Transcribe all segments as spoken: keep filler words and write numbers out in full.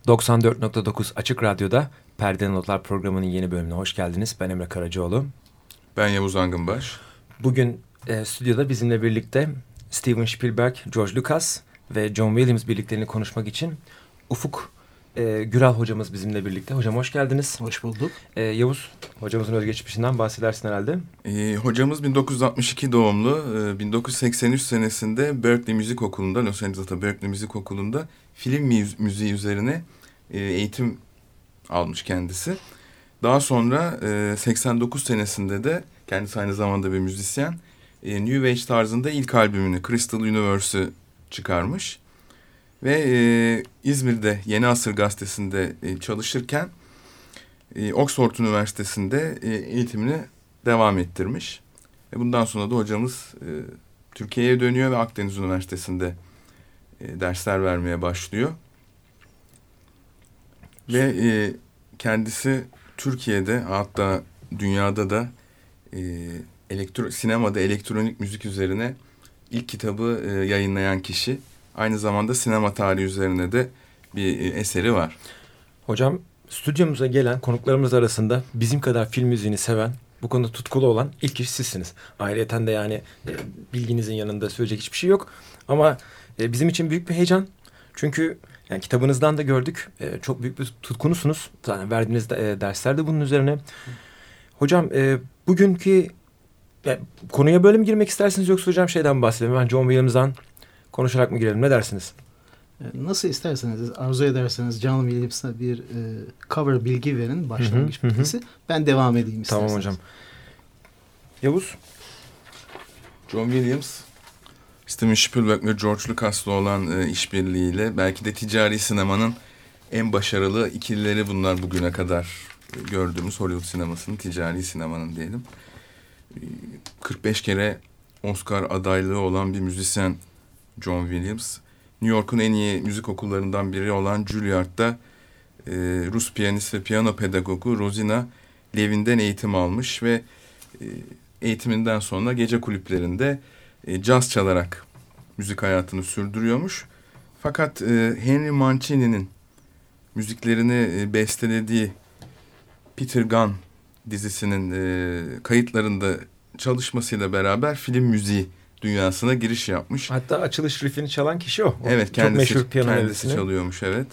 doksan dört nokta dokuz Açık Radyo'da Perdeli Notlar programının yeni bölümüne hoş geldiniz. Ben Emre Karacaoğlu. Ben Yavuz Angınbaş. Bugün e, stüdyoda bizimle birlikte Steven Spielberg, George Lucas ve John Williams birliklerini konuşmak için Ufuk e, Güral hocamız bizimle birlikte. Hocam hoş geldiniz. Hoş bulduk. E, Yavuz, hocamızın özgeçmişinden bahsedersin herhalde. E, hocamız bin dokuz yüz altmış iki doğumlu. E, bin dokuz yüz seksen üç senesinde Berkeley Müzik Okulu'nda, Los Angeles'ta Berkeley Müzik Okulu'nda film müziği üzerine e, eğitim almış kendisi. Daha sonra e, seksen dokuz senesinde de kendisi aynı zamanda bir müzisyen. E, New Age tarzında ilk albümünü Crystal Universe'ı çıkarmış. Ve e, İzmir'de Yeni Asır Gazetesi'nde e, çalışırken e, Oxford Üniversitesi'nde e, eğitimini devam ettirmiş. Ve bundan sonra da hocamız e, Türkiye'ye dönüyor ve Akdeniz Üniversitesi'nde e, dersler vermeye başlıyor. Ve e, kendisi Türkiye'de hatta dünyada da e, elektro, sinemada elektronik müzik üzerine ilk kitabı e, yayınlayan kişi. Aynı zamanda sinema tarihi üzerine de bir e, eseri var. Hocam stüdyomuza gelen konuklarımız arasında bizim kadar film müziğini seven, bu konuda tutkulu olan ilk kişi sizsiniz. Ayrıyeten de yani e, bilginizin yanında söyleyecek hiçbir şey yok. Ama e, bizim için büyük bir heyecan. Çünkü yani kitabınızdan da gördük. E, çok büyük bir tutkunusunuz. Zaten verdiğiniz de, e, dersler de bunun üzerine. Hocam e, bugünkü yani, konuya böyle mi girmek istersiniz yoksa hocam şeyden bahsedelim. Ben John Williams'dan konuşarak mı girelim? Ne dersiniz? Nasıl isterseniz, arzu ederseniz John Williams'a bir e, cover bilgi verin. Başlangıç hı hı, bilgisi. Hı. Ben devam edeyim isterseniz. Tamam hocam. Yavuz? John Williams, Steven Spielberg ve George Lucas'la olan e, işbirliğiyle belki de ticari sinemanın en başarılı ikilileri bunlar bugüne kadar e, gördüğümüz Hollywood sinemasının, ticari sinemanın diyelim. E, kırk beş kere Oscar adaylığı olan bir müzisyen John Williams. New York'un en iyi müzik okullarından biri olan Juilliard'da e, Rus piyanist ve piyano pedagogu Rosina Levin'den eğitim almış ve e, eğitiminden sonra gece kulüplerinde e, caz çalarak müzik hayatını sürdürüyormuş. Fakat e, Henry Mancini'nin müziklerini e, bestelediği Peter Gunn dizisinin e, kayıtlarında çalışmasıyla beraber film müziği dünyasına giriş yapmış. Hatta açılış riffini çalan kişi o. Evet, kendisi, çok meşhur piyano kendisi melodisini çalıyormuş, evet.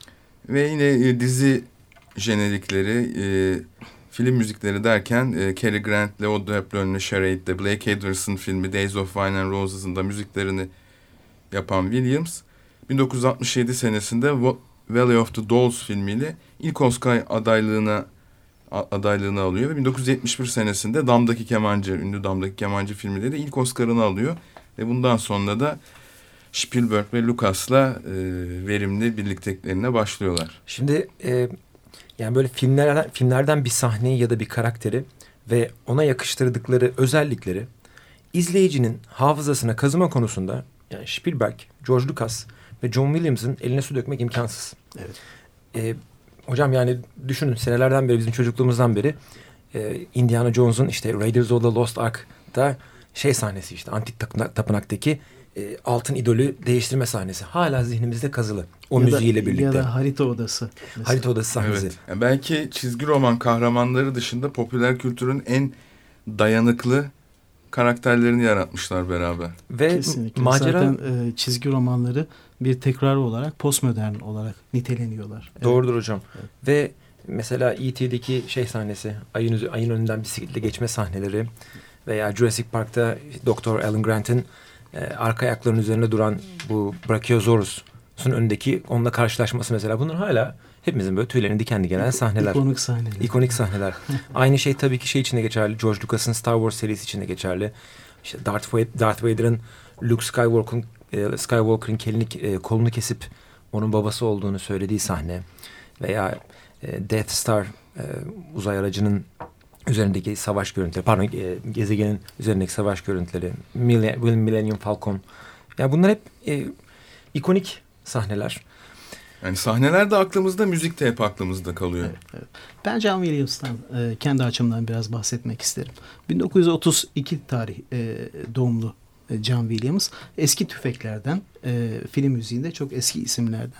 Ve yine e, dizi jenerikleri, e, film müzikleri derken e, Cary Grant, Leo Hepburn'le Charade'de, Blake Edwards'ın filmi Days of Wine and Roses'ın da müziklerini yapan Williams, bin dokuz yüz altmış yedi senesinde Valley of the Dolls filmiyle ilk Oscar adaylığına adaylığını alıyor ve bin dokuz yüz yetmiş bir senesinde Damdaki Kemancı, ünlü Damdaki Kemancı filmiyle de ilk Oscar'ını alıyor ve bundan sonra da Spielberg ve Lucas'la e, verimli birlikteliklerine başlıyorlar. Şimdi e, yani böyle filmlerden, filmlerden bir sahneyi ya da bir karakteri ve ona yakıştırdıkları özellikleri izleyicinin hafızasına kazıma konusunda yani Spielberg, George Lucas ve John Williams'ın eline su dökmek imkansız. Evet. E, hocam yani düşünün senelerden beri bizim çocukluğumuzdan beri e, Indiana Jones'un işte Raiders of the Lost Ark'ta şey sahnesi işte antik tapınaktaki e, altın idolü değiştirme sahnesi hala zihnimizde kazılı. O ya müziğiyle da, birlikte. Ya da harita odası. Mesela. Harita odası sahnesi. Evet. Yani belki çizgi roman kahramanları dışında popüler kültürün en dayanıklı karakterlerini yaratmışlar beraber. Ve kesinlikle. macera... Zaten e, çizgi romanları bir tekrar olarak postmodern olarak niteleniyorlar. Doğrudur evet. hocam. Evet. Ve mesela E T'deki şey sahnesi, ayın, ayın önünden bisikletle geçme sahneleri veya Jurassic Park'ta Doktor Alan Grant'in e, arka ayaklarının üzerinde duran bu Brachiosaurus'un önündeki onunla karşılaşması mesela. Bunlar hala hepimizin böyle tüylerini diken diken eden sahneler. İkonik sahneler. İkonik sahneler. Aynı şey tabii ki şey içinde geçerli. George Lucas'ın Star Wars serisi içinde geçerli. İşte Darth, Darth Vader'ın Luke Skywalker'ın e, Skywalker'ın kelini, e, kolunu kesip onun babası olduğunu söylediği sahne veya e, Death Star e, uzay aracının üzerindeki savaş görüntüleri, pardon e, gezegenin üzerindeki savaş görüntüleri, Millennium, Millennium Falcon. Yani bunlar hep e, ikonik sahneler. Yani sahneler de aklımızda, müzik de hep aklımızda kalıyor. Evet, evet. Ben John Williams'tan e, kendi açımdan biraz bahsetmek isterim. bin dokuz yüz otuz iki tarih e, doğumlu John Williams eski tüfeklerden, e, film müziğinde çok eski isimlerden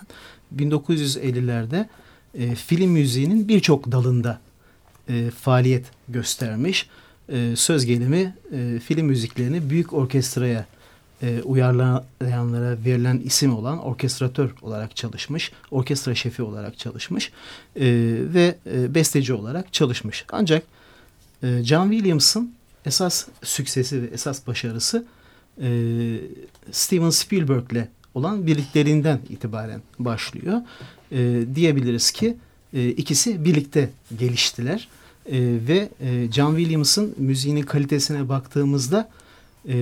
bin dokuz yüz ellilerde e, film müziğinin birçok dalında e, faaliyet göstermiş. E, söz gelimi e, film müziklerini büyük orkestraya e, uyarlayanlara verilen isim olan orkestratör olarak çalışmış. Orkestra şefi olarak çalışmış. E, ve e, besteci olarak çalışmış. Ancak e, John Williams'ın esas süksesi ve esas başarısı e, Steven Spielberg'le olan birliklerinden itibaren başlıyor. E, diyebiliriz ki e, ikisi birlikte geliştiler. E, ve e, John Williams'ın müziğinin kalitesine baktığımızda e,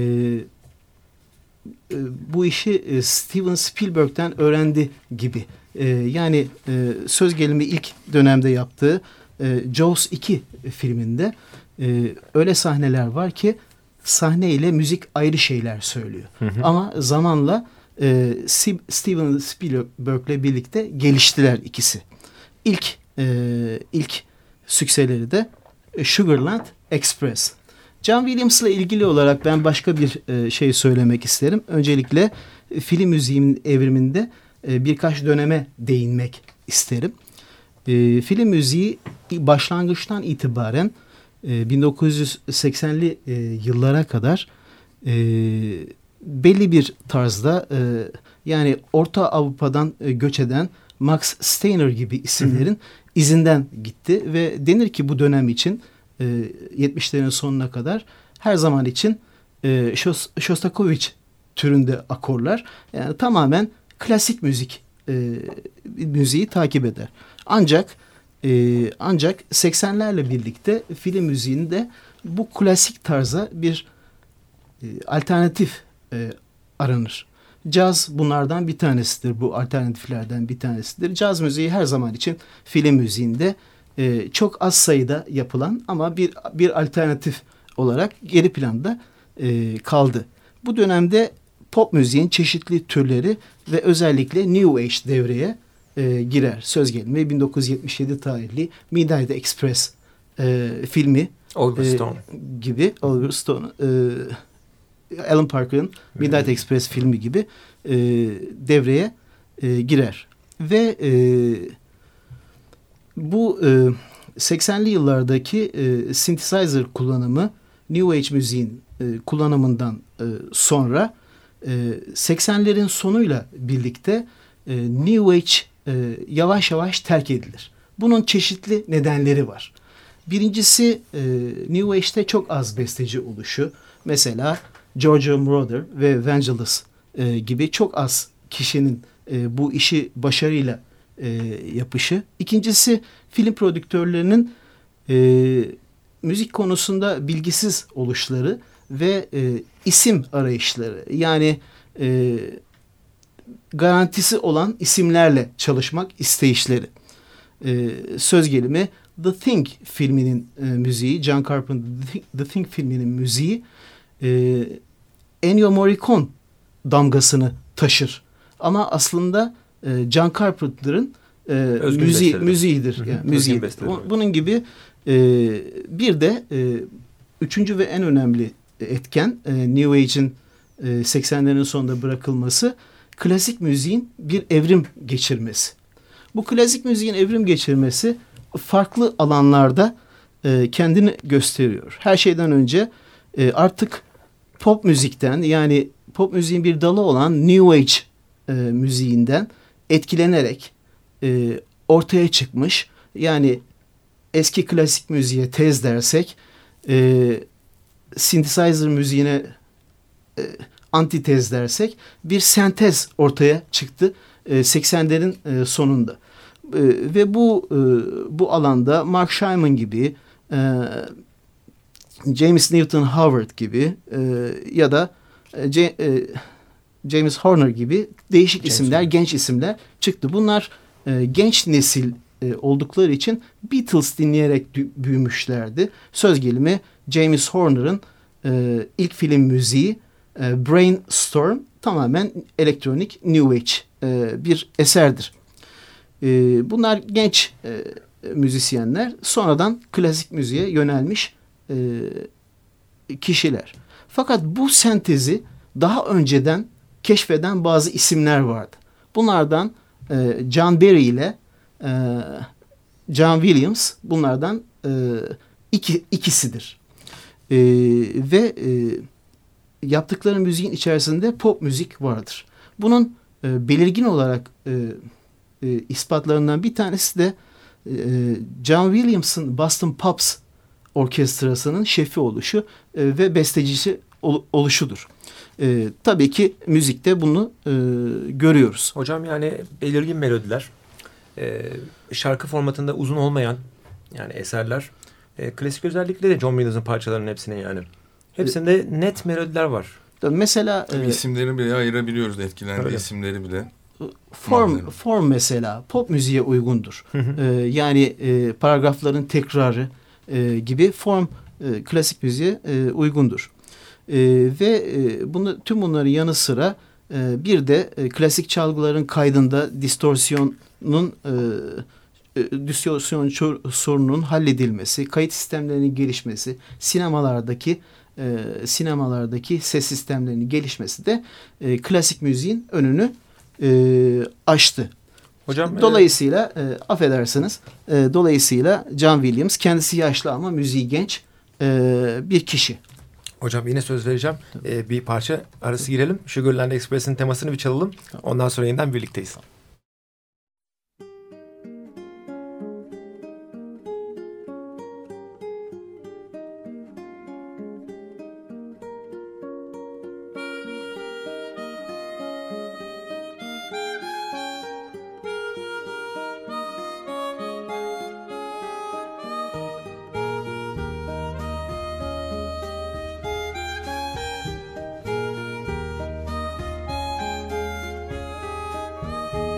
e, bu işi e, Steven Spielberg'den öğrendi gibi. E, yani e, söz gelimi ilk dönemde yaptığı e, Jaws iki filminde e, öyle sahneler var ki sahne ile müzik ayrı şeyler söylüyor. Hı hı. Ama zamanla e, Steven Spielberg'le birlikte geliştiler ikisi. İlk e, ilk sükseleri de Sugarland Express. John Williams'la ilgili olarak ben başka bir e, şey söylemek isterim. Öncelikle e, film müziğinin evriminde e, birkaç döneme değinmek isterim. E, film müziği başlangıçtan itibaren e, bin dokuz yüz seksenli e, yıllara kadar e, belli bir tarzda e, yani Orta Avrupa'dan e, göç eden Max Steiner gibi isimlerin hı hı. izinden gitti ve denir ki bu dönem için e, yetmişlerin sonuna kadar her zaman için e, Shostakovich türünde akorlar, yani tamamen klasik müzik e, müziği takip eder. Ancak e, ancak seksenlerle birlikte film müziğinde bu klasik tarza bir e, alternatif e, aranır. Caz bunlardan bir tanesidir. Bu alternatiflerden bir tanesidir. Caz müziği her zaman için film müziğinde e, çok az sayıda yapılan ama bir bir alternatif olarak geri planda e, kaldı. Bu dönemde pop müziğin çeşitli türleri ve özellikle New Age devreye e, girer. Söz gelimi bin dokuz yüz yetmiş yedi tarihli Midnight Express e, filmi Oliver e, Stone gibi Oliver Stone e, Alan Parker'ın Midnight Express filmi gibi e, devreye e, girer. Ve e, bu e, seksenli yıllardaki e, synthesizer kullanımı New Age müziğin e, kullanımından e, sonra e, seksenlerin sonuyla birlikte e, New Age e, yavaş yavaş terk edilir. Bunun çeşitli nedenleri var. Birincisi e, New Age'de çok az besteci oluşu. Mesela Giorgio Moroder ve Vangelis e, gibi çok az kişinin e, bu işi başarıyla e, yapışı. İkincisi film prodüktörlerinin e, müzik konusunda bilgisiz oluşları ve e, isim arayışları. Yani e, garantisi olan isimlerle çalışmak isteyişleri. E, söz gelimi The Thing filminin e, müziği, John Carpenter'ın The, The Thing filminin müziği e, Ennio Morricone damgasını taşır. Ama aslında e, John Carpenter'ın e, müziği, müziğidir. Yani, müziğidir. Bunun gibi e, bir de e, üçüncü ve en önemli etken e, New Age'in e, seksenlerin sonunda bırakılması, klasik müziğin bir evrim geçirmesi. Bu klasik müziğin evrim geçirmesi farklı alanlarda e, kendini gösteriyor. Her şeyden önce e, artık pop müzikten, yani pop müziğin bir dalı olan New Age e, müziğinden etkilenerek e, ortaya çıkmış. Yani eski klasik müziğe tez dersek, e, synthesizer müziğine e, antitez dersek bir sentez ortaya çıktı e, seksenlerin e, sonunda. E, ve bu e, bu alanda Mark Shyman gibi, e, James Newton Howard gibi e, ya da e, C, e, James Horner gibi değişik James isimler, Horner. genç isimler çıktı. Bunlar e, genç nesil e, oldukları için Beatles dinleyerek büyümüşlerdi. Söz gelimi James Horner'ın e, ilk film müziği e, Brainstorm tamamen elektronik New Age e, bir eserdir. E, bunlar genç e, müzisyenler, sonradan klasik müziğe yönelmiş e, kişiler. Fakat bu sentezi daha önceden keşfeden bazı isimler vardı. Bunlardan e, John Barry ile e, John Williams bunlardan e, iki, ikisidir. E, ve e, yaptıkları müziğin içerisinde pop müzik vardır. Bunun e, belirgin olarak e, e, ispatlarından bir tanesi de e, John Williams'ın Boston Pops orkestrasının şefi oluşu e, ve bestecisi ol, oluşudur. E, tabii ki müzikte bunu e, görüyoruz. Hocam yani belirgin melodiler, e, şarkı formatında uzun olmayan yani eserler, e, klasik özellikle de John Williams'ın parçalarının hepsine yani. Hepsinde net melodiler var. Mesela Tabii e, isimleri bile ayırabiliyoruz, etkilendiği öyle. isimleri bile. form Manzara. form mesela pop müziğe uygundur. e, yani e, paragrafların tekrarı e, gibi form e, klasik müziğe e, uygundur. E, ve e, bunu tüm bunların yanı sıra e, bir de e, klasik çalgıların kaydında distorsiyonun e, e, distorsiyon çor- sorununun halledilmesi, kayıt sistemlerinin gelişmesi, sinemalardaki e, sinemalardaki ses sistemlerinin gelişmesi de e, klasik müziğin önünü e, açtı. Hocam Dolayısıyla e, affedersiniz, e, dolayısıyla John Williams kendisi yaşlı ama müziği genç e, bir kişi. Hocam yine söz vereceğim. Ee, bir parça arası girelim. Sugarland Express'in temasını bir çalalım. Ondan sonra yeniden birlikteyiz. Thank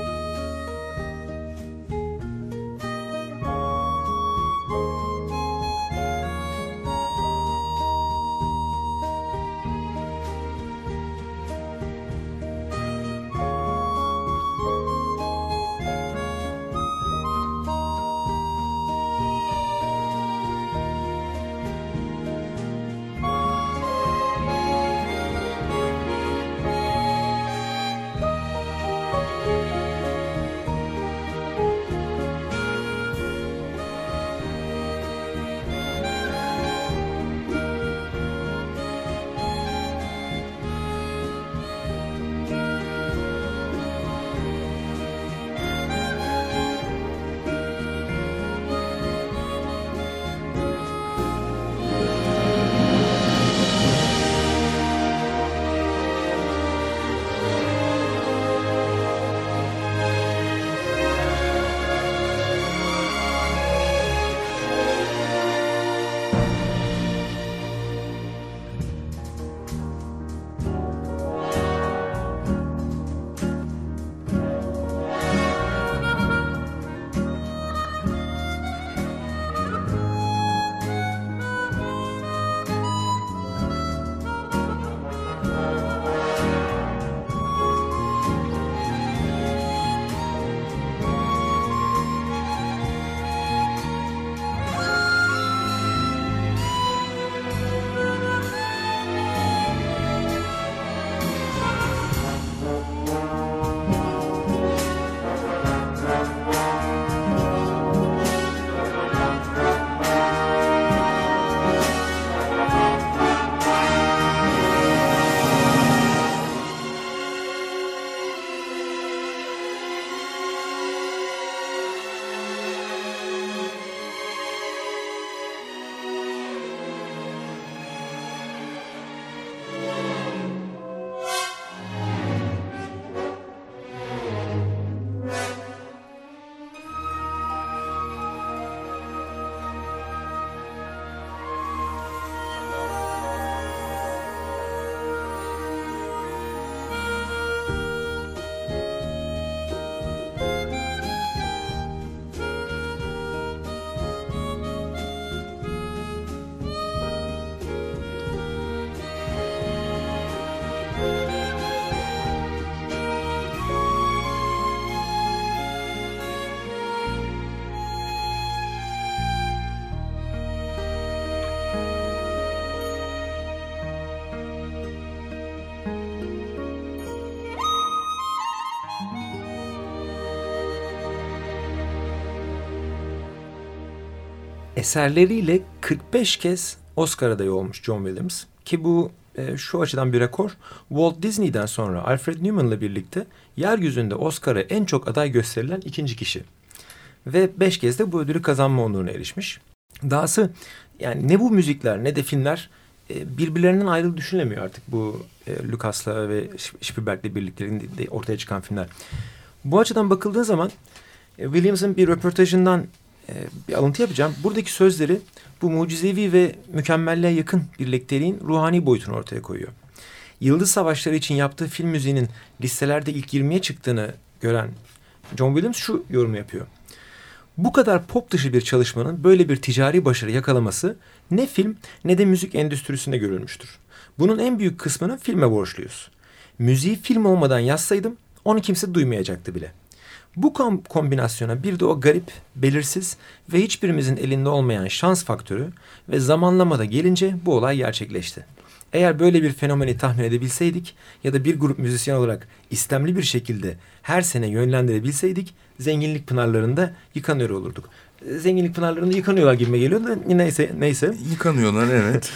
eserleriyle kırk beş kez Oscar adayı olmuş John Williams. Ki bu e, şu açıdan bir rekor. Walt Disney'den sonra Alfred Newman'la birlikte yeryüzünde Oscar'a en çok aday gösterilen ikinci kişi. Ve beş kez de bu ödülü kazanma onuruna erişmiş. Dahası yani ne bu müzikler ne de filmler e, birbirlerinden ayrı düşünülemiyor artık bu e, Lucas'la ve Spielberg'le birlikte ortaya çıkan filmler. Bu açıdan bakıldığı zaman e, Williams'ın bir röportajından e, bir alıntı yapacağım. Buradaki sözleri bu mucizevi ve mükemmelliğe yakın birlikteliğin ruhani boyutunu ortaya koyuyor. Yıldız Savaşları için yaptığı film müziğinin listelerde ilk yirmiye çıktığını gören John Williams şu yorumu yapıyor. Bu kadar pop dışı bir çalışmanın böyle bir ticari başarı yakalaması ne film ne de müzik endüstrisinde görülmüştür. Bunun en büyük kısmını filme borçluyuz. Müziği film olmadan yazsaydım onu kimse duymayacaktı bile. Bu kom- kombinasyona bir de o garip, belirsiz ve hiçbirimizin elinde olmayan şans faktörü ve zamanlamada gelince bu olay gerçekleşti. Eğer böyle bir fenomeni tahmin edebilseydik ya da bir grup müzisyen olarak istemli bir şekilde her sene yönlendirebilseydik zenginlik pınarlarında yıkanıyor olurduk. Zenginlik pınarlarında yıkanıyorlar gibime geliyor da neyse neyse. Yıkanıyorlar evet.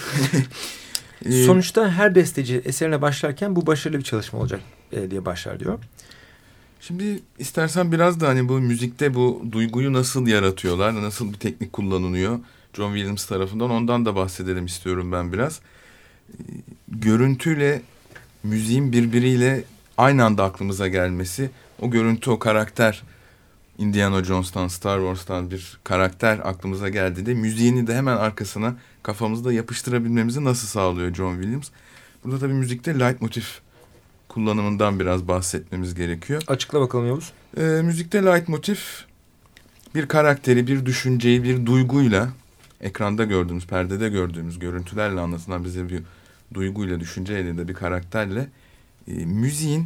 Sonuçta her besteci eserine başlarken bu başarılı bir çalışma olacak e, diye başlar diyor. Şimdi istersen biraz da hani bu müzikte bu duyguyu nasıl yaratıyorlar, nasıl bir teknik kullanılıyor John Williams tarafından, ondan da bahsedelim istiyorum ben biraz. Görüntüyle müziğin birbiriyle aynı anda aklımıza gelmesi, o görüntü, o karakter, Indiana Jones'tan, Star Wars'tan bir karakter aklımıza geldiğinde müziğini de hemen arkasına kafamızda yapıştırabilmemizi nasıl sağlıyor John Williams? Burada tabii müzikte leitmotiv kullanımından biraz bahsetmemiz gerekiyor. Açıkla bakalım Yavuz. E, müzikte leitmotiv bir karakteri, bir düşünceyi, bir duyguyla, ekranda gördüğümüz, perdede gördüğümüz görüntülerle anlatılan bize bir duyguyla, düşünceyle de bir karakterle e, müziğin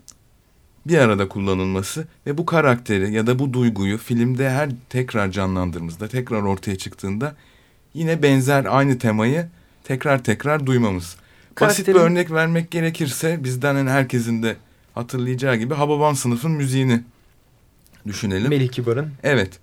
bir arada kullanılması ve bu karakteri ya da bu duyguyu filmde her tekrar canlandırdığımızda, tekrar ortaya çıktığında yine benzer aynı temayı tekrar tekrar duymamız. Basit bir örnek vermek gerekirse bizden yani herkesin de hatırlayacağı gibi Hababam Sınıf'ın müziğini düşünelim. Melih Kibar'ın. Evet.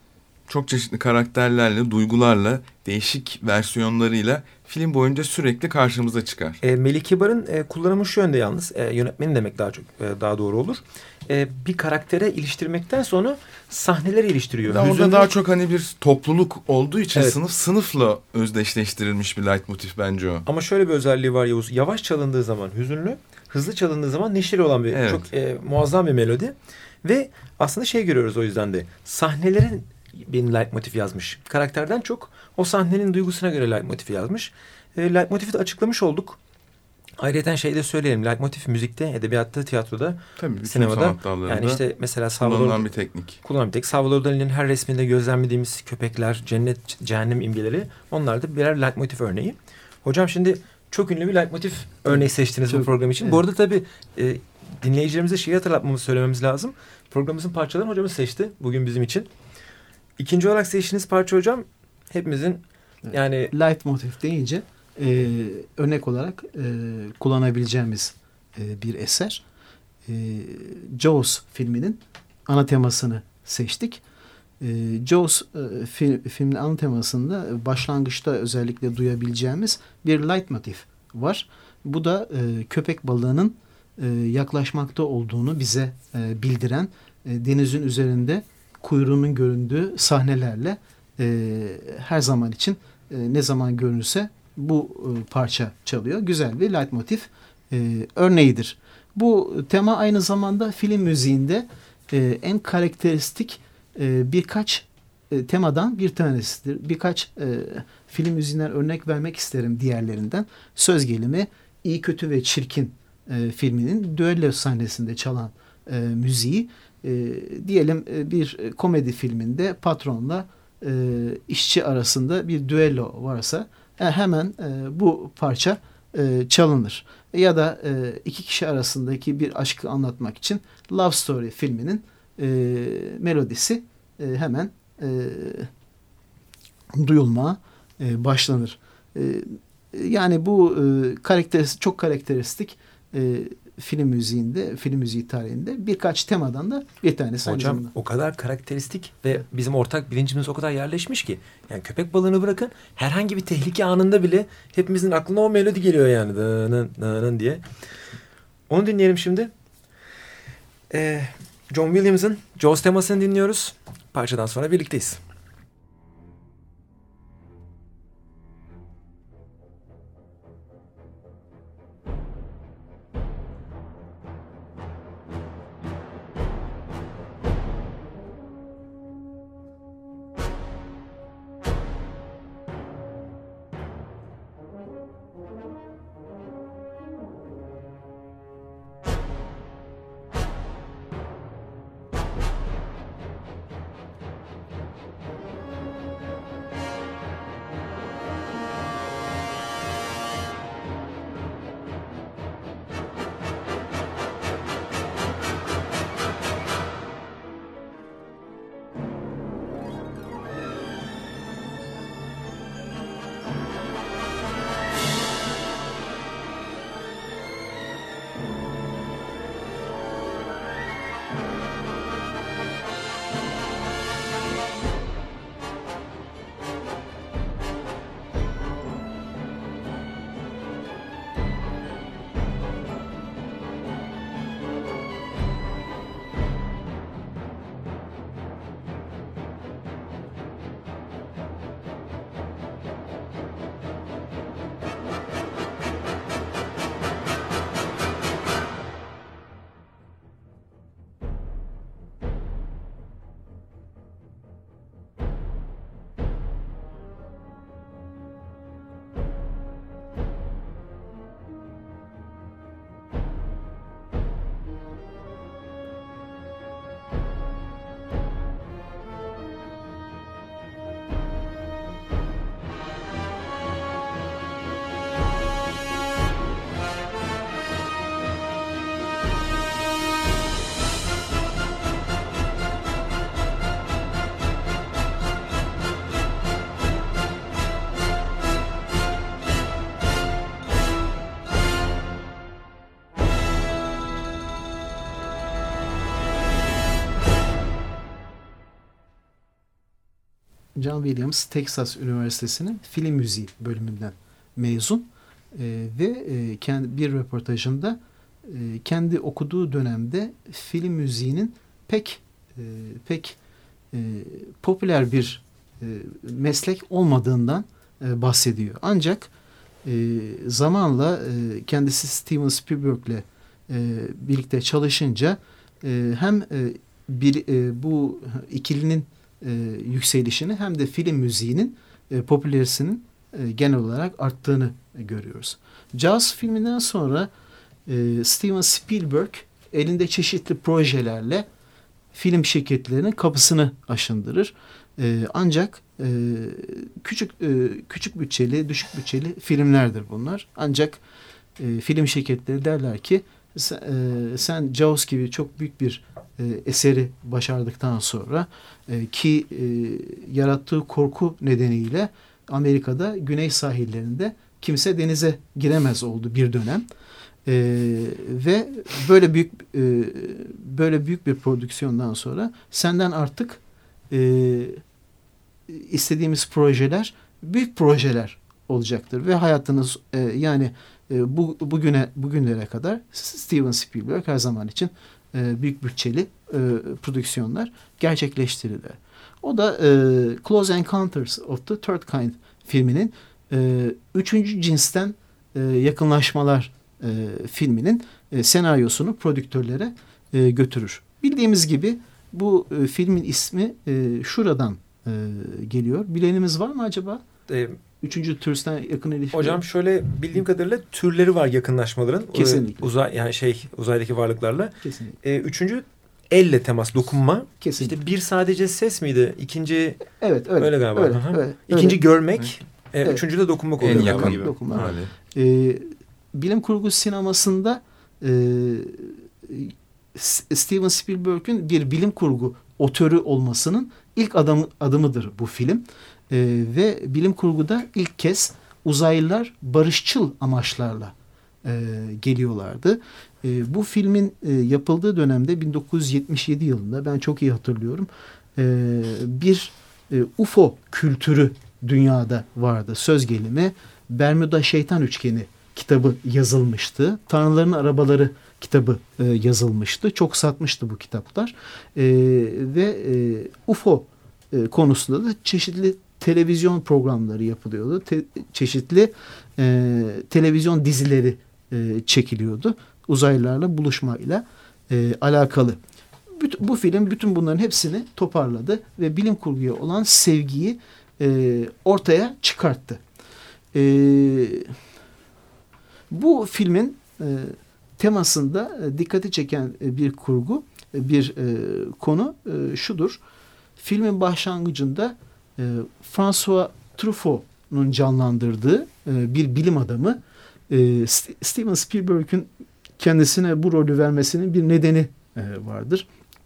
Çok çeşitli karakterlerle, duygularla, değişik versiyonlarıyla film boyunca sürekli karşımıza çıkar. E, Melih Kibar'ın e, kullanımı şu yönde yalnız. E, yönetmeni demek daha çok e, daha doğru olur. E, bir karaktere iliştirmekten sonra sahneleri iliştiriyor. Orada Hüzünlü... daha çok hani bir topluluk olduğu için evet. sınıf sınıfla özdeşleştirilmiş bir leitmotiv bence o. Ama şöyle bir özelliği var Yavuz. Yavaş çalındığı zaman hüzünlü, hızlı çalındığı zaman neşeli olan bir evet. çok e, muazzam bir melodi. Ve aslında şey görüyoruz o yüzden de. Sahnelerin bir leitmotiv yazmış. Karakterden çok o sahnenin duygusuna göre leitmotifi yazmış. E, leitmotifi de açıklamış olduk. Ayrıca şey de söyleyelim. Leitmotif müzikte, edebiyatta, tiyatroda, tabii, sinemada. Yani işte mesela kullanılan bir teknik. Kullanılan bir teknik. Salvador Dali'nin her resminde gözlemlediğimiz köpekler, cennet, cehennem imgeleri, onlar da birer leitmotif örneği. Hocam şimdi çok ünlü bir leitmotif örneği seçtiniz çok, bu program için. Evet. Bu arada tabii e, dinleyicilerimize şeyi hatırlatmamızı söylememiz lazım. Programımızın parçalarını hocamız seçti bugün bizim için. İkinci olarak seçtiğiniz parça hocam hepimizin yani... Leitmotiv deyince e, örnek olarak e, kullanabileceğimiz e, bir eser. E, Jaws filminin ana temasını seçtik. E, Jaws e, fi, filmin ana temasında başlangıçta özellikle duyabileceğimiz bir leitmotiv var. Bu da e, köpek balığının e, yaklaşmakta olduğunu bize e, bildiren e, denizin üzerinde kuyruğunun göründüğü sahnelerle e, her zaman için e, ne zaman görünürse bu e, parça çalıyor. Güzel bir leitmotiv e, örneğidir. Bu tema aynı zamanda film müziğinde e, en karakteristik e, birkaç e, temadan bir tanesidir. Birkaç e, film müziğinden örnek vermek isterim diğerlerinden. Söz gelimi İyi, Kötü ve Çirkin e, filminin düello sahnesinde çalan e, müziği e, diyelim e, bir komedi filminde patronla e, işçi arasında bir düello varsa e, hemen e, bu parça e, çalınır. Ya da e, iki kişi arasındaki bir aşkı anlatmak için Love Story filminin e, melodisi e, hemen e, duyulmaya e, başlanır. E, yani bu e, karakteristik, çok karakteristik e, film müziğinde, film müziği tarihinde birkaç temadan da bir tanesi. Hocam o kadar karakteristik ve bizim ortak bilincimiz o kadar yerleşmiş ki. Yani köpek balığını bırakın, herhangi bir tehlike anında bile hepimizin aklına o melodi geliyor yani. Dının, dının diye. Onu dinleyelim şimdi. Ee, John Williams'ın Jaws temasını dinliyoruz. Parçadan sonra birlikteyiz. John Williams, Texas Üniversitesi'nin film müziği bölümünden mezun e, ve e, kendi bir röportajında e, kendi okuduğu dönemde film müziğinin pek e, pek e, popüler bir e, meslek olmadığından e, bahsediyor. Ancak e, zamanla e, kendisi Steven Spielberg'le e, birlikte çalışınca e, hem e, bir e, bu ikilinin E, yükselişini hem de film müziğinin e, popülaritesinin e, genel olarak arttığını e, görüyoruz. Jaws filminden sonra e, Steven Spielberg elinde çeşitli projelerle film şirketlerinin kapısını aşındırır. E, ancak e, küçük e, küçük bütçeli, düşük bütçeli filmlerdir bunlar. Ancak e, film şirketleri derler ki sen, e, sen Jaws gibi çok büyük bir e, eseri başardıktan sonra e, ki e, yarattığı korku nedeniyle Amerika'da güney sahillerinde kimse denize giremez oldu bir dönem. E, ve böyle büyük e, böyle büyük bir prodüksiyondan sonra senden artık e, istediğimiz projeler büyük projeler olacaktır ve hayatınız e, yani e, bu bugüne bugünlere kadar Steven Spielberg her zaman için e, büyük bütçeli e, prodüksiyonlar gerçekleştirirler. O da e, Close Encounters of the Third Kind filminin e, üçüncü cinsten e, yakınlaşmalar e, filminin e, senaryosunu prodüktörlere e, götürür. Bildiğimiz gibi bu e, filmin ismi e, şuradan e, geliyor. Bilenimiz var mı acaba? E, Üçüncü türsten yakın ilişki. Hocam şöyle bildiğim kadarıyla türleri var yakınlaşmaların. Kesinlikle. Uzay yani şey uzaydaki varlıklarla. Kesinlikle. E, üçüncü elle temas, dokunma. Kesinlikle. İşte bir sadece ses miydi? İkinci evet öyle. Öyle galiba. Öyle, öyle, İkinci öyle. görmek. Evet. E, Evet. Üçüncü de dokunmak oluyor. En yakın gibi. Dokunma. hali. Ee, bilim kurgu sinemasında e, Steven Spielberg'ün bir bilim kurgu otörü olmasının ilk adım, adımıdır bu film. Ee, ve bilim kurguda ilk kez uzaylılar barışçıl amaçlarla e, geliyorlardı. E, bu filmin e, yapıldığı dönemde bin dokuz yüz yetmiş yedi yılında, ben çok iyi hatırlıyorum, e, bir e, U F O kültürü dünyada vardı. Söz gelimi Bermuda Şeytan Üçgeni kitabı yazılmıştı. Tanrıların Arabaları kitabı e, yazılmıştı. Çok satmıştı bu kitaplar. E, ve e, U F O e, konusunda da çeşitli televizyon programları yapılıyordu. Te, çeşitli e, televizyon dizileri e, çekiliyordu. Uzaylılarla buluşmayla e, alakalı. Bütün, bu film bütün bunların hepsini toparladı ve bilim kurguya olan sevgiyi e, ortaya çıkarttı. E, bu filmin e, temasında e, dikkati çeken e, bir kurgu, e, bir e, konu e, şudur. Filmin başlangıcında e, François Truffaut'un canlandırdığı e, bir bilim adamı, e, Steven Spielberg'ün kendisine bu rolü vermesinin bir nedeni e, vardır.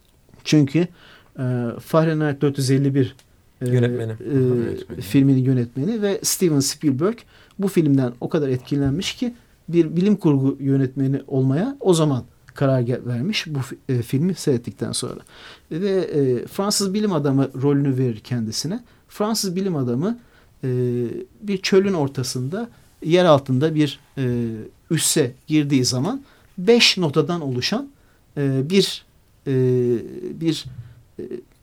Çünkü e, Fahrenheit dört yüz elli bir e, yönetmeni. E, yönetmeni. filminin yönetmeni ve Steven Spielberg bu filmden o kadar etkilenmiş ki bir bilim kurgu yönetmeni olmaya o zaman karar vermiş bu e, filmi seyrettikten sonra. Ve e, Fransız bilim adamı rolünü verir kendisine. Fransız bilim adamı e, bir çölün ortasında yer altında bir e, üsse girdiği zaman beş notadan oluşan e, bir e, bir e,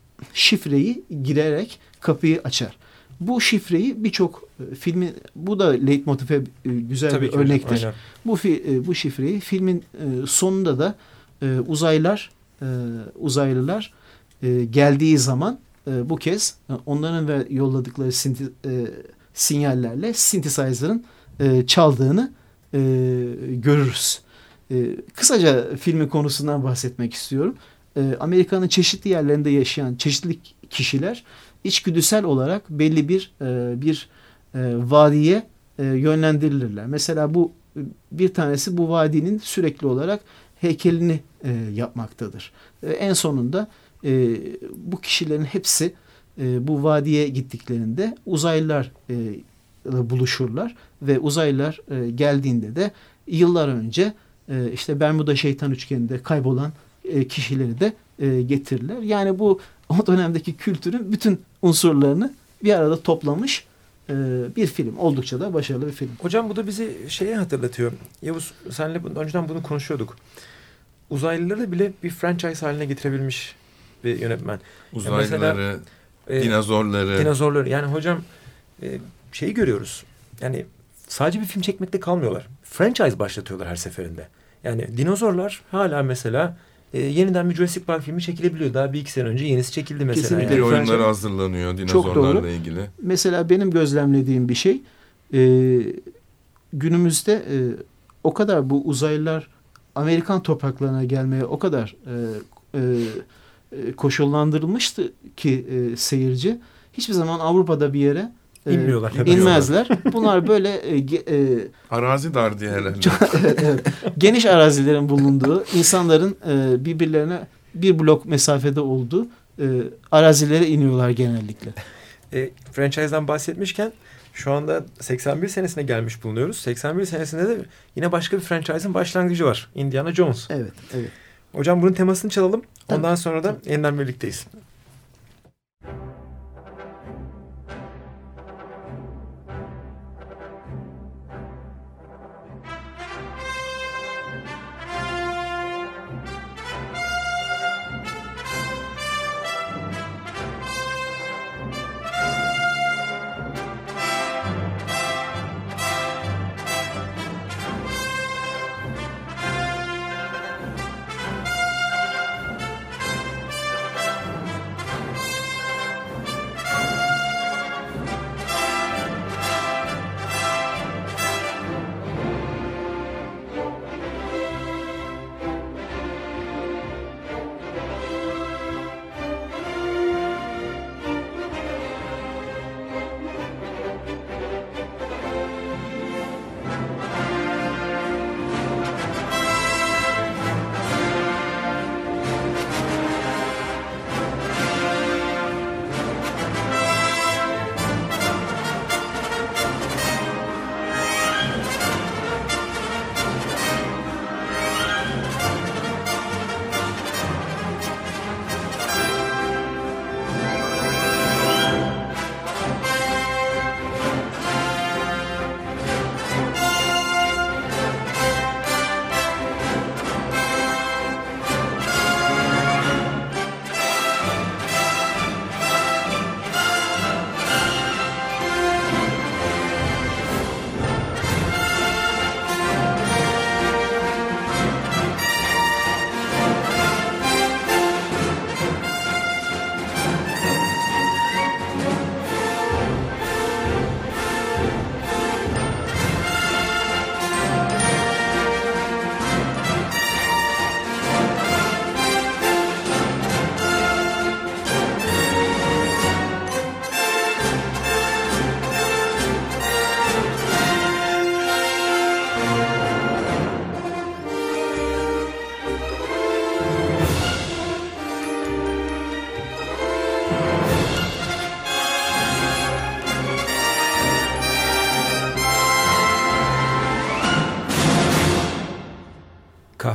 şifreyi girerek kapıyı açar. Bu şifreyi birçok e, filmin, bu da leitmotif'e e, güzel Tabii bir ki örnektir. hocam, Bu fi, e, bu şifreyi filmin e, sonunda da e, uzaylılar e, uzaylılar e, geldiği zaman e, bu kez e, onların ve yolladıkları sinti, e, sinyallerle synthesizer'ın e, çaldığını e, görürüz. E, kısaca filmin konusundan bahsetmek istiyorum. E, Amerika'nın çeşitli yerlerinde yaşayan çeşitli kişiler içgüdüsel olarak belli bir e, bir e, vadiye e, yönlendirilirler. Mesela bu bir tanesi bu vadinin sürekli olarak heykelini e, yapmaktadır. E, en sonunda e, bu kişilerin hepsi e, bu vadiye gittiklerinde uzaylılar e, buluşurlar ve uzaylılar e, geldiğinde de yıllar önce e, işte Bermuda Şeytan Üçgeni'nde kaybolan e, kişileri de e, getirirler. Yani bu o dönemdeki kültürün bütün unsurlarını bir arada toplamış e, bir film. Oldukça da başarılı bir film. Hocam bu da bizi şeye hatırlatıyor. Yavuz, senle önceden bunu konuşuyorduk. Uzaylıları bile bir franchise haline getirebilmiş bir yönetmen. Uzaylıları, mesela, dinozorları. E, dinozorları. Yani hocam e, şeyi görüyoruz. Yani sadece bir film çekmekte kalmıyorlar. Franchise başlatıyorlar her seferinde. Yani dinozorlar hala mesela e, yeniden bir Jurassic Park filmi çekilebiliyor. Daha bir iki sene önce yenisi çekildi mesela. Kesinlikle. Bir Yani. oyunlar hazırlanıyor dinozorlarla ilgili. Mesela benim gözlemlediğim bir şey, e, günümüzde e, o kadar bu uzaylılar Amerikan topraklarına gelmeye o kadar e, e, koşullandırılmıştı ki e, seyirci hiçbir zaman Avrupa'da bir yere e, İnmiyorlar. inmezler. Bunlar böyle e, e, arazi dar diye herhalde. evet, evet, geniş arazilerin bulunduğu, insanların e, birbirlerine bir blok mesafede olduğu e, arazilere iniyorlar genellikle. E, franchise'dan bahsetmişken şu anda seksen bir senesine gelmiş bulunuyoruz. seksen bir senesinde de yine başka bir franchise'ın başlangıcı var. Indiana Jones. Evet, evet. Hocam bunun temasını çalalım. Ondan Tabii. sonra da yeniden birlikteyiz.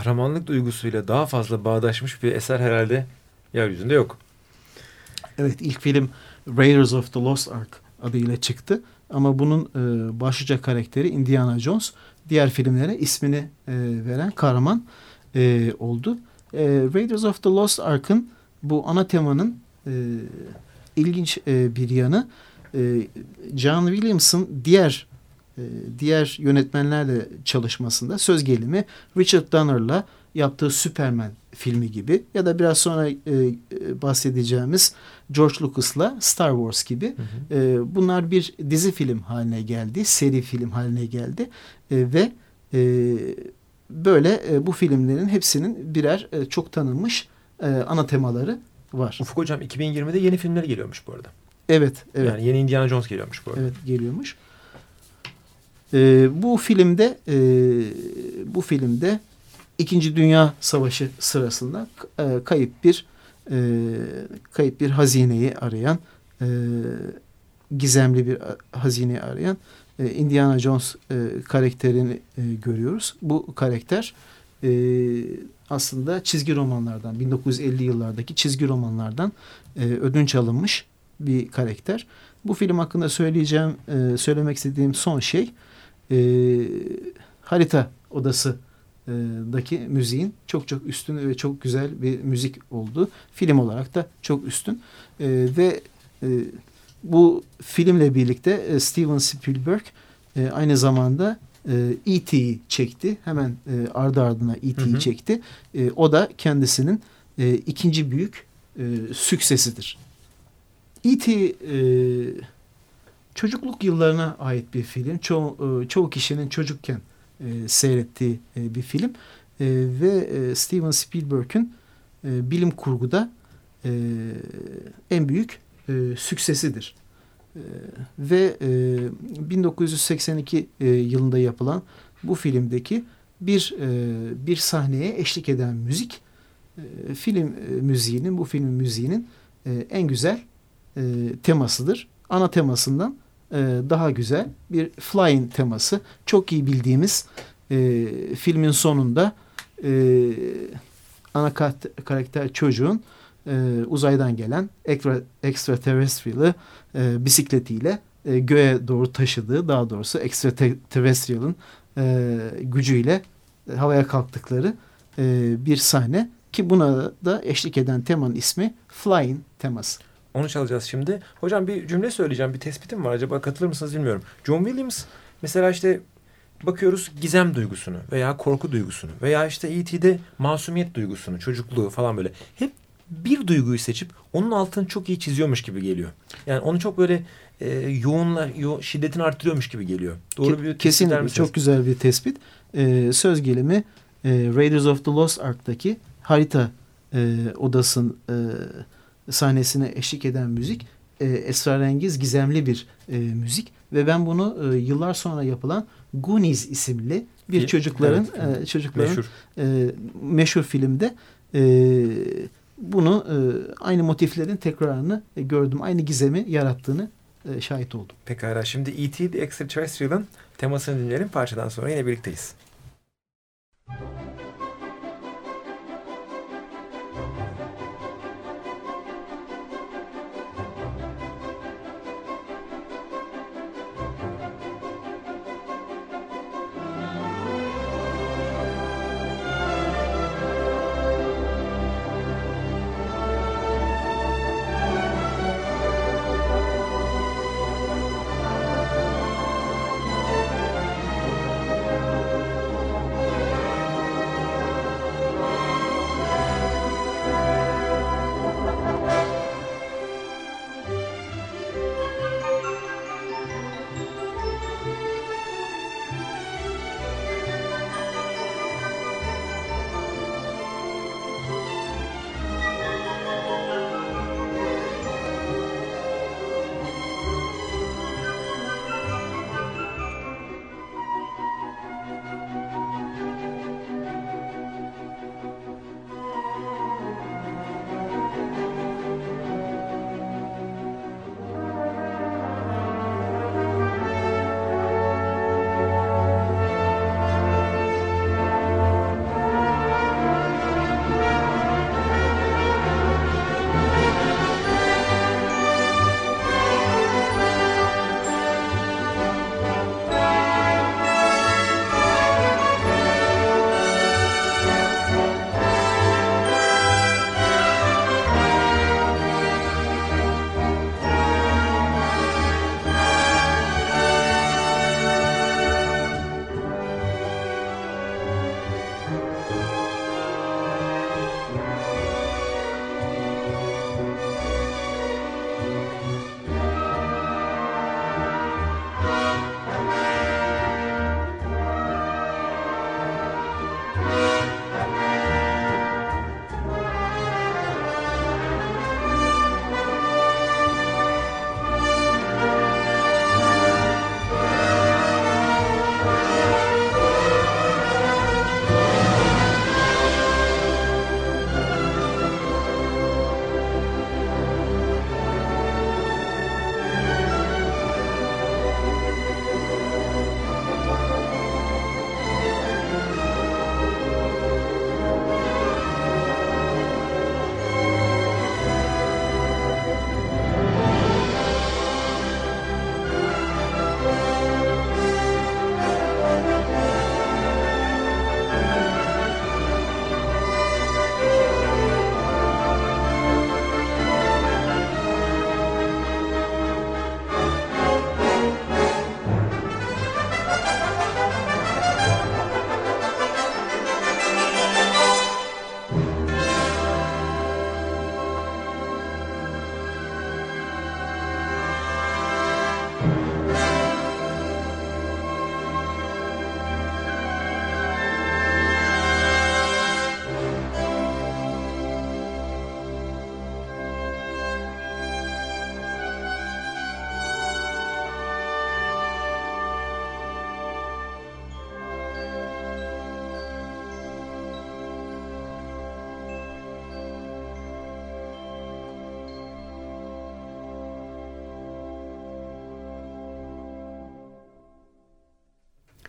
kahramanlık duygusuyla daha fazla bağdaşmış bir eser herhalde yeryüzünde yok. Evet, ilk film Raiders of the Lost Ark adıyla çıktı. Ama bunun e, başlıca karakteri Indiana Jones. Diğer filmlere ismini e, veren kahraman e, oldu. E, Raiders of the Lost Ark'ın bu ana temanın e, ilginç e, bir yanı, e, John Williams'ın diğer e, diğer yönetmenlerle çalışmasında söz gelimi Richard Donner'la yaptığı Superman filmi gibi ya da biraz sonra e, bahsedeceğimiz George Lucas'la Star Wars gibi, hı hı. E, bunlar bir dizi film haline geldi, seri film haline geldi e, ve e, böyle e, bu filmlerin hepsinin birer e, çok tanınmış e, ana temaları var. Ufuk Hocam, iki bin yirmide yeni filmler geliyormuş bu arada. Evet, evet. Yani yeni Indiana Jones geliyormuş bu arada. Evet, geliyormuş. E, bu filmde e, bu filmde İkinci Dünya Savaşı sırasında e, kayıp bir e, kayıp bir hazineyi arayan, e, gizemli bir hazineyi arayan e, Indiana Jones e, karakterini e, görüyoruz. Bu karakter e, aslında çizgi romanlardan, bin dokuz yüz elli yıllardaki çizgi romanlardan e, ödünç alınmış bir karakter. Bu film hakkında söyleyeceğim, e, söylemek istediğim son şey, e, harita odası daki müziğin çok çok üstün ve çok güzel bir müzik oldu. Film olarak da çok üstün. E, ve e, bu filmle birlikte e, Steven Spielberg e, aynı zamanda e, E T'yi çekti. Hemen e, ardı ardına E T'yi çekti. E, o da kendisinin e, ikinci büyük e, süksesidir. E T e, çocukluk yıllarına ait bir film. Ço e, çoğu kişinin çocukken E, seyrettiği e, bir film e, ve e, Steven Spielberg'ün e, bilim kurguda e, en büyük e, süksesidir. E, ve e, bin dokuz yüz seksen iki e, yılında yapılan bu filmdeki bir e, bir sahneye eşlik eden müzik, e, film e, müziğinin, bu film müziğinin e, en güzel e, temasıdır. Ana temasından daha güzel bir Flying teması. Çok iyi bildiğimiz e, filmin sonunda e, ana karakter çocuğun e, uzaydan gelen extra, extraterrestrial'ı e, bisikletiyle e, göğe doğru taşıdığı, daha doğrusu extraterrestrial'ın e, gücüyle e, havaya kalktıkları e, bir sahne ki buna da eşlik eden temanın ismi Flying teması. Onu çalacağız şimdi. Hocam bir cümle söyleyeceğim. Bir tespitim var. Acaba katılır mısınız bilmiyorum. John Williams mesela işte bakıyoruz gizem duygusunu veya korku duygusunu veya işte E T'de masumiyet duygusunu, çocukluğu falan böyle. Hep bir duyguyu seçip onun altını çok iyi çiziyormuş gibi geliyor. Yani onu çok böyle e, yoğunla, yo, şiddetini arttırıyormuş gibi geliyor. Doğru bir kesinlikle çok güzel bir tespit. Ee, söz gelimi e, Raiders of the Lost Ark'taki harita e, odasının e, sahnesine eşlik eden müzik e, esrarengiz, gizemli bir e, müzik ve ben bunu e, yıllar sonra yapılan Goonies isimli bir Fil, çocukların evet, e, çocukların meşhur. E, meşhur filmde e, bunu e, aynı motiflerin tekrarını e, gördüm. Aynı gizemi yarattığını e, şahit oldum. Pekala, şimdi E T The Extraterrestrial'ın temasını dinleyelim. Parçadan sonra yine birlikteyiz.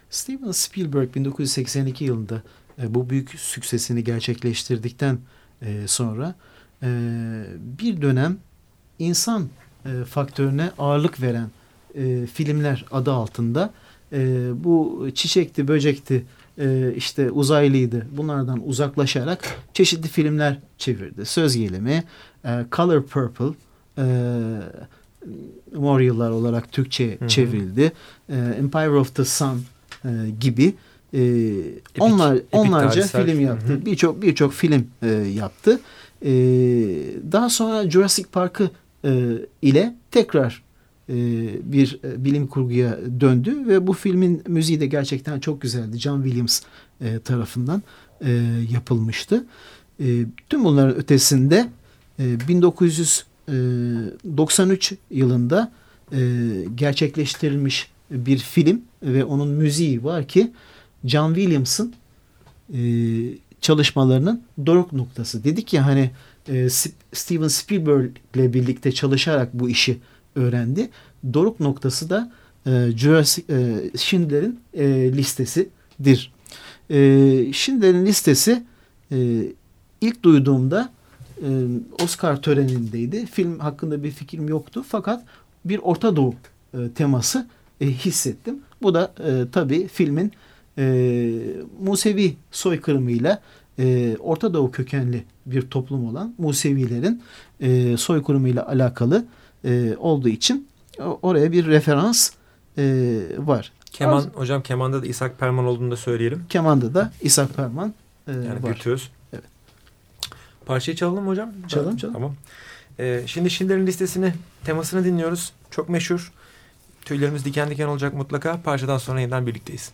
Steven Spielberg bin dokuz yüz seksen iki yılında e, bu büyük süksesini gerçekleştirdikten e, sonra e, bir dönem insan e, faktörüne ağırlık veren e, filmler adı altında e, bu çiçekti, böcekti, e, işte uzaylıydı, bunlardan uzaklaşarak çeşitli filmler çevirdi. Söz gelimi e, Color Purple e, Mor Yıllar olarak Türkçe hı hı. çevrildi. E, Empire of the Sun e, gibi e, epik, onlar epik onlarca tarihsel film yaptı. Birçok birçok film e, yaptı. E, daha sonra Jurassic Park'ı e, ile tekrar e, bir e, bilim kurguya döndü ve bu filmin müziği de gerçekten çok güzeldi. John Williams e, tarafından e, yapılmıştı. E, tüm bunların ötesinde e, bin dokuz yüz doksan üç yılında e, gerçekleştirilmiş bir film ve onun müziği var ki John Williams'ın e, çalışmalarının doruk noktası. Dedik ya hani e, Steven Spielberg ile birlikte çalışarak bu işi öğrendi. Doruk noktası da e, Jurassic, e, Schindler'in e, listesidir. E, Schindler'in listesi e, ilk duyduğumda Oscar törenindeydi. Film hakkında bir fikrim yoktu. Fakat bir Orta Doğu e, teması e, hissettim. Bu da e, tabii filmin e, Musevi soykırımıyla e, Orta Doğu kökenli bir toplum olan Musevilerin e, soykırımıyla alakalı e, olduğu için oraya bir referans e, var. Keman, Az, hocam kemanda da İshak Perman olduğunu da söyleyelim. Kemanda da İshak Perman e, yani var. virtüöz. Parçayı çalalım mı hocam? Çalalım çalalım. Tamam. Ee, şimdi Schindler'in listesini, temasını dinliyoruz. Çok meşhur. Tüylerimiz diken diken olacak mutlaka. Parçadan sonra yeniden birlikteyiz.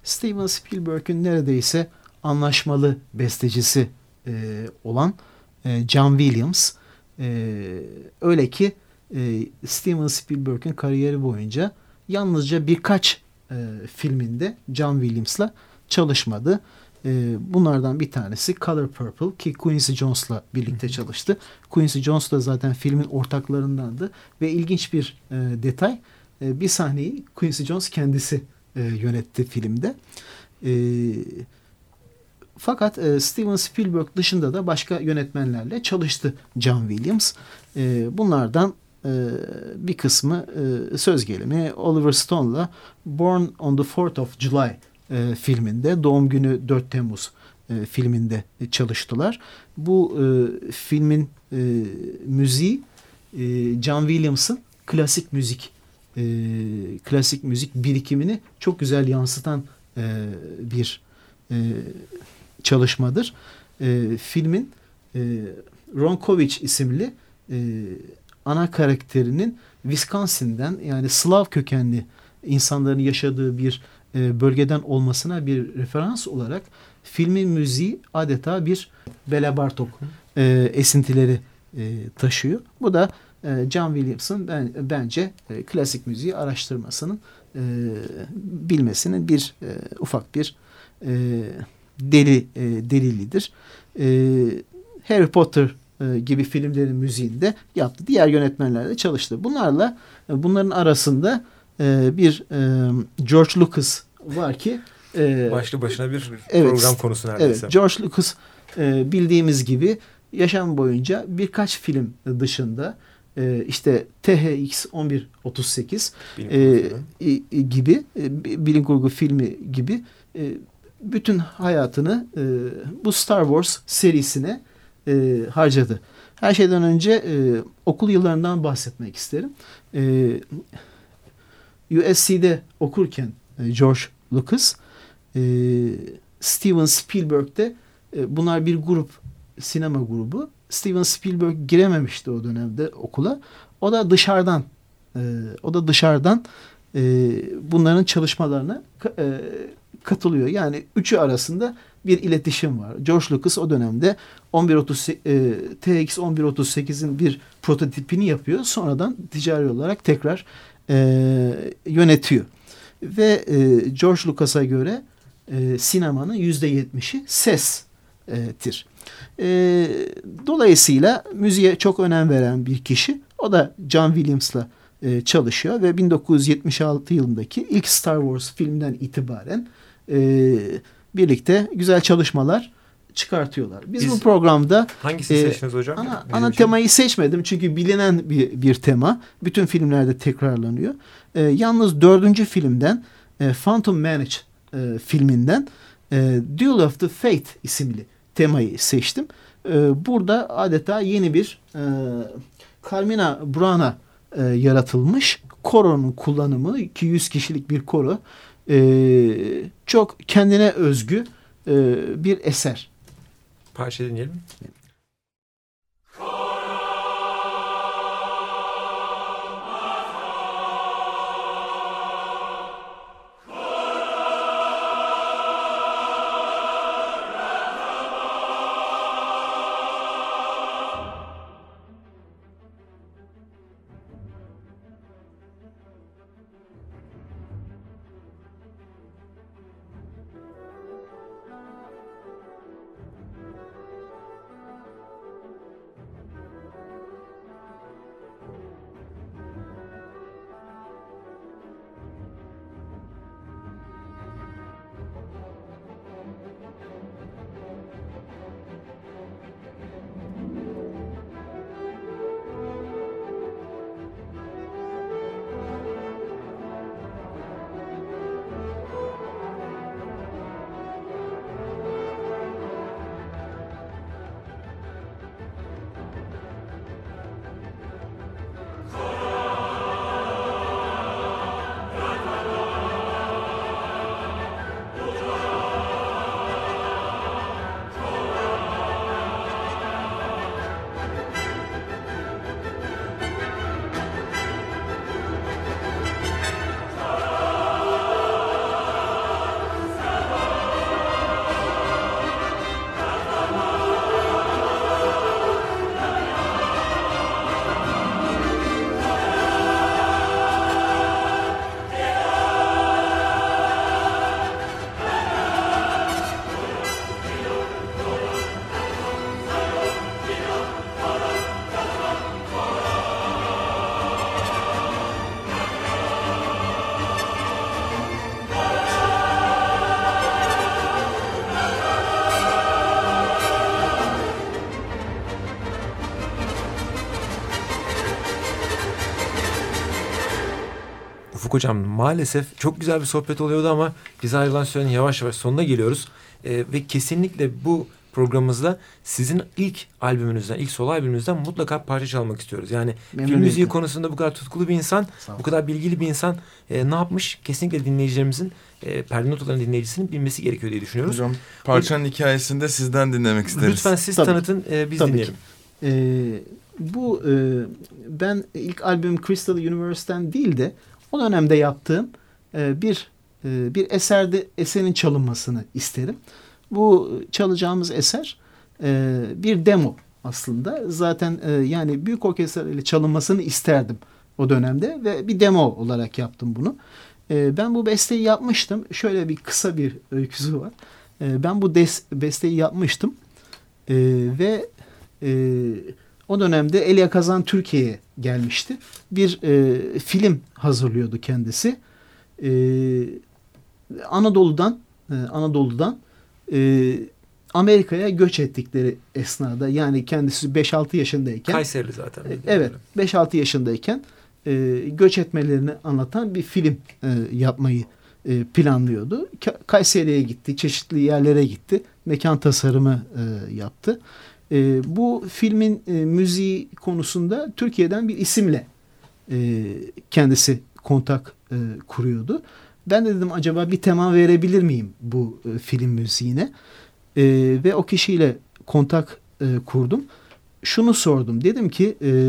Steven Spielberg'ün neredeyse anlaşmalı bestecisi e, olan e, John Williams. E, öyle ki e, Steven Spielberg'ün kariyeri boyunca yalnızca birkaç e, filminde John Williams'la çalışmadı. E, bunlardan bir tanesi Color Purple ki Quincy Jones'la birlikte çalıştı. Quincy Jones da zaten filmin ortaklarındandı ve ilginç bir e, detay, e, bir sahneyi Quincy Jones kendisi e, yönetti filmde. E, fakat e, Steven Spielberg dışında da başka yönetmenlerle çalıştı John Williams. E, bunlardan e, bir kısmı e, söz gelimi Oliver Stone'la Born on the fourth of July e, filminde, Doğum Günü dört Temmuz e, filminde çalıştılar. Bu e, filmin e, müziği e, John Williams'ın klasik müzik e, klasik müzik birikimini çok güzel yansıtan e, bir e, çalışmadır. E, filmin e, Ron Kovic isimli e, ana karakterinin Wisconsin'den, yani Slav kökenli insanların yaşadığı bir e, bölgeden olmasına bir referans olarak filmin müziği adeta bir Bela Bartok e, esintileri e, taşıyor. Bu da e, John Williams'ın ben, bence e, klasik müziği araştırmasının, e, bilmesinin bir e, ufak bir e, deli e, delilidir. E, Harry Potter e, gibi filmlerin müziğinde yaptı. Diğer yönetmenlerle çalıştı. Bunlarla e, bunların arasında e, bir e, George Lucas var ki e, başlı başına bir evet, program konusu neredeyse. Evet, George Lucas e, bildiğimiz gibi yaşam boyunca birkaç film dışında e, işte T H X on bir otuz sekiz e, gibi e, bilim kurgu filmi gibi e, bütün hayatını e, bu Star Wars serisine e, harcadı. Her şeyden önce e, okul yıllarından bahsetmek isterim. E, U S C'de okurken e, George Lucas, e, Steven Spielberg'de e, bunlar bir grup, sinema grubu. Steven Spielberg girememişti o dönemde okula. O da dışarıdan e, o da dışarıdan e, bunların çalışmalarına e, katılıyor. Yani üçü arasında bir iletişim var. George Lucas o dönemde on bir otuz e, T X on bir otuz sekizin bir prototipini yapıyor. Sonradan ticari olarak tekrar e, yönetiyor. Ve e, George Lucas'a göre e, sinemanın yüzde yetmişi sestir. E, dolayısıyla müziğe çok önem veren bir kişi. O da John Williams'la e, çalışıyor ve bin dokuz yüz yetmiş altı yılındaki ilk Star Wars filminden itibaren e, birlikte güzel çalışmalar çıkartıyorlar. Biz, Biz bu programda hangisini e, seçtiniz hocam? Ana, ana temayı seçmedim çünkü bilinen bir, bir tema. Bütün filmlerde tekrarlanıyor. E, yalnız dördüncü filmden e, Phantom Menace e, filminden e, Duel of the Fate isimli temayı seçtim. E, burada adeta yeni bir e, Carmina Burana e, yaratılmış. Koronun kullanımı, iki yüz kişilik bir koro. E, çok kendine özgü e, bir eser. Parça dinleyelim. Ufuk Hocam, maalesef çok güzel bir sohbet oluyordu ama biz ayrılan sürenin yavaş yavaş sonuna geliyoruz. Ee, ve kesinlikle bu programımızda sizin ilk albümünüzden, ilk solo albümünüzden mutlaka parça çalmak istiyoruz. Yani film müziği konusunda bu kadar tutkulu bir insan, bu kadar bilgili bir insan e, ne yapmış? Kesinlikle dinleyicilerimizin, e, Perde Notaların dinleyicisinin bilmesi gerekiyor diye düşünüyoruz. Hocam, parçanın o, hikayesini de sizden dinlemek isteriz. Lütfen siz Tabii tanıtın, e, biz Tabii dinleyelim. Ee, bu e, ben ilk albüm Crystal Universe'ten değil de o dönemde yaptığım e, bir e, bir eserde eserin çalınmasını isterim. Bu çalacağımız eser e, bir demo aslında. Zaten e, yani büyük orkestra ile çalınmasını isterdim o dönemde ve bir demo olarak yaptım bunu. E, ben bu besteyi yapmıştım. Şöyle bir kısa bir öyküsü var. E, ben bu des, besteyi yapmıştım e, ve e, o dönemde Elia Kazan Türkiye'ye gelmişti. Bir e, film hazırlıyordu kendisi. E, Anadolu'dan e, Anadolu'dan e, Amerika'ya göç ettikleri esnada, yani kendisi beş altı yaşındayken, Kayserili zaten. E, evet, beş altı yaşındayken e, göç etmelerini anlatan bir film e, yapmayı e, planlıyordu. K- Kayseri'ye gitti, çeşitli yerlere gitti, mekan tasarımı e, yaptı. E, bu filmin e, müziği konusunda Türkiye'den bir isimle e, kendisi kontak e, kuruyordu. Ben de dedim, acaba bir tema verebilir miyim bu e, film müziğine? E, ve o kişiyle kontak e, kurdum. Şunu sordum. Dedim ki e,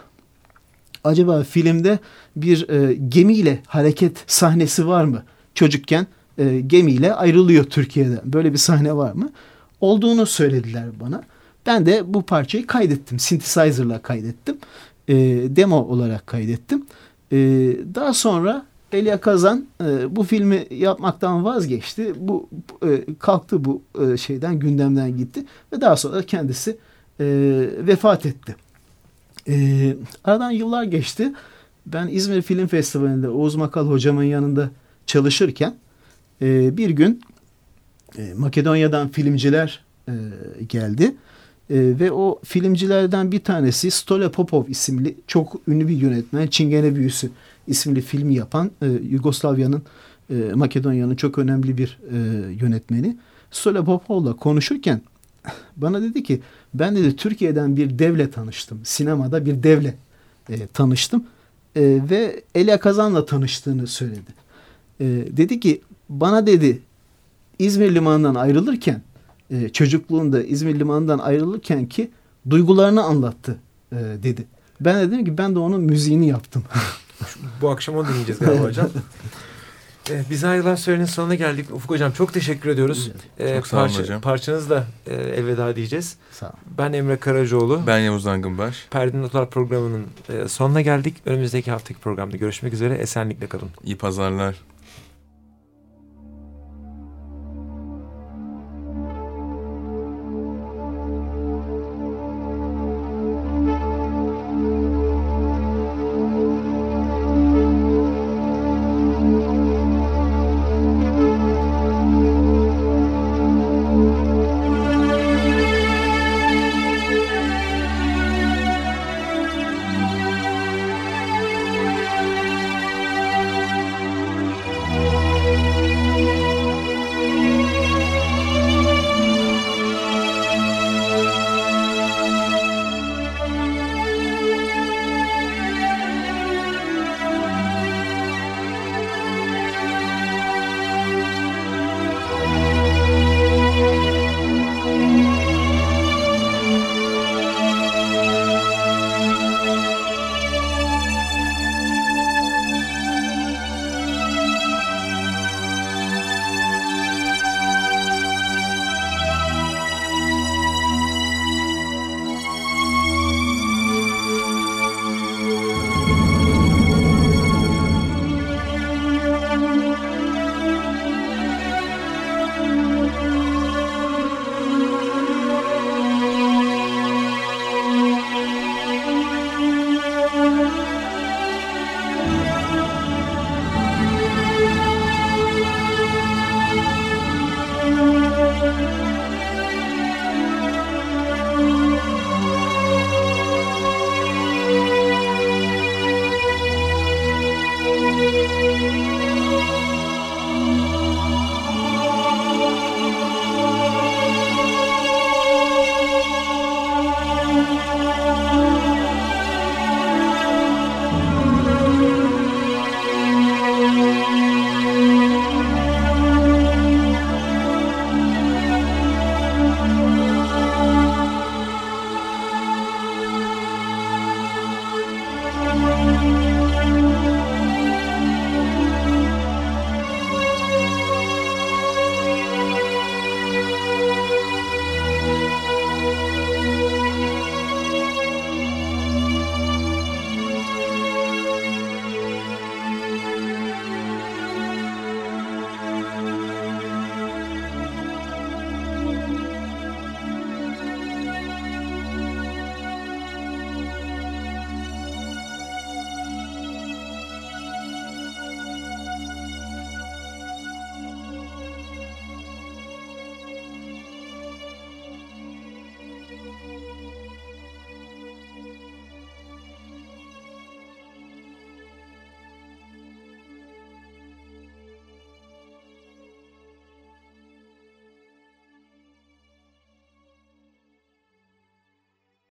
acaba filmde bir e, gemiyle hareket sahnesi var mı? Çocukken e, gemiyle ayrılıyor Türkiye'den. Böyle bir sahne var mı? Olduğunu söylediler bana. Ben de bu parçayı kaydettim. Synthesizer'la kaydettim. E, demo olarak kaydettim. E, daha sonra Elia Kazan e, bu filmi yapmaktan vazgeçti. Bu e, kalktı bu e, şeyden, gündemden gitti ve daha sonra kendisi e, vefat etti. E, aradan yıllar geçti. Ben İzmir Film Festivali'nde Oğuz Makal hocamın yanında çalışırken e, bir gün e, Makedonya'dan filmciler e, geldi. E, ve o filmcilerden bir tanesi Stole Popov isimli çok ünlü bir yönetmen, Çingene Büyüsü isimli filmi yapan e, Yugoslavya'nın, e, Makedonya'nın çok önemli bir e, yönetmeni. Stole Popov'la konuşurken bana dedi ki, ben dedi Türkiye'den bir devle tanıştım. Sinemada bir devle e, tanıştım. E, ve Elia Kazan'la tanıştığını söyledi. E, dedi ki, bana dedi İzmir Limanı'ndan ayrılırken, e, çocukluğunda İzmir Limanı'ndan ayrılırken ki duygularını anlattı e, dedi. Ben de dedim ki, ben de onun müziğini yaptım. Bu akşam onu dinleyeceğiz galiba hocam. Ee, biz ayrılan sürenin sonuna geldik. Ufuk Hocam, çok teşekkür ediyoruz. Ee, çok sağ olun parça, hocam. Parçanızla e, elveda diyeceğiz. Sağ olun. Ben Emre Karacaoğlu. Ben Yavuz Angınbaş. Perde Notalar programının e, sonuna geldik. Önümüzdeki haftaki programda görüşmek üzere. Esenlikle kalın. İyi pazarlar.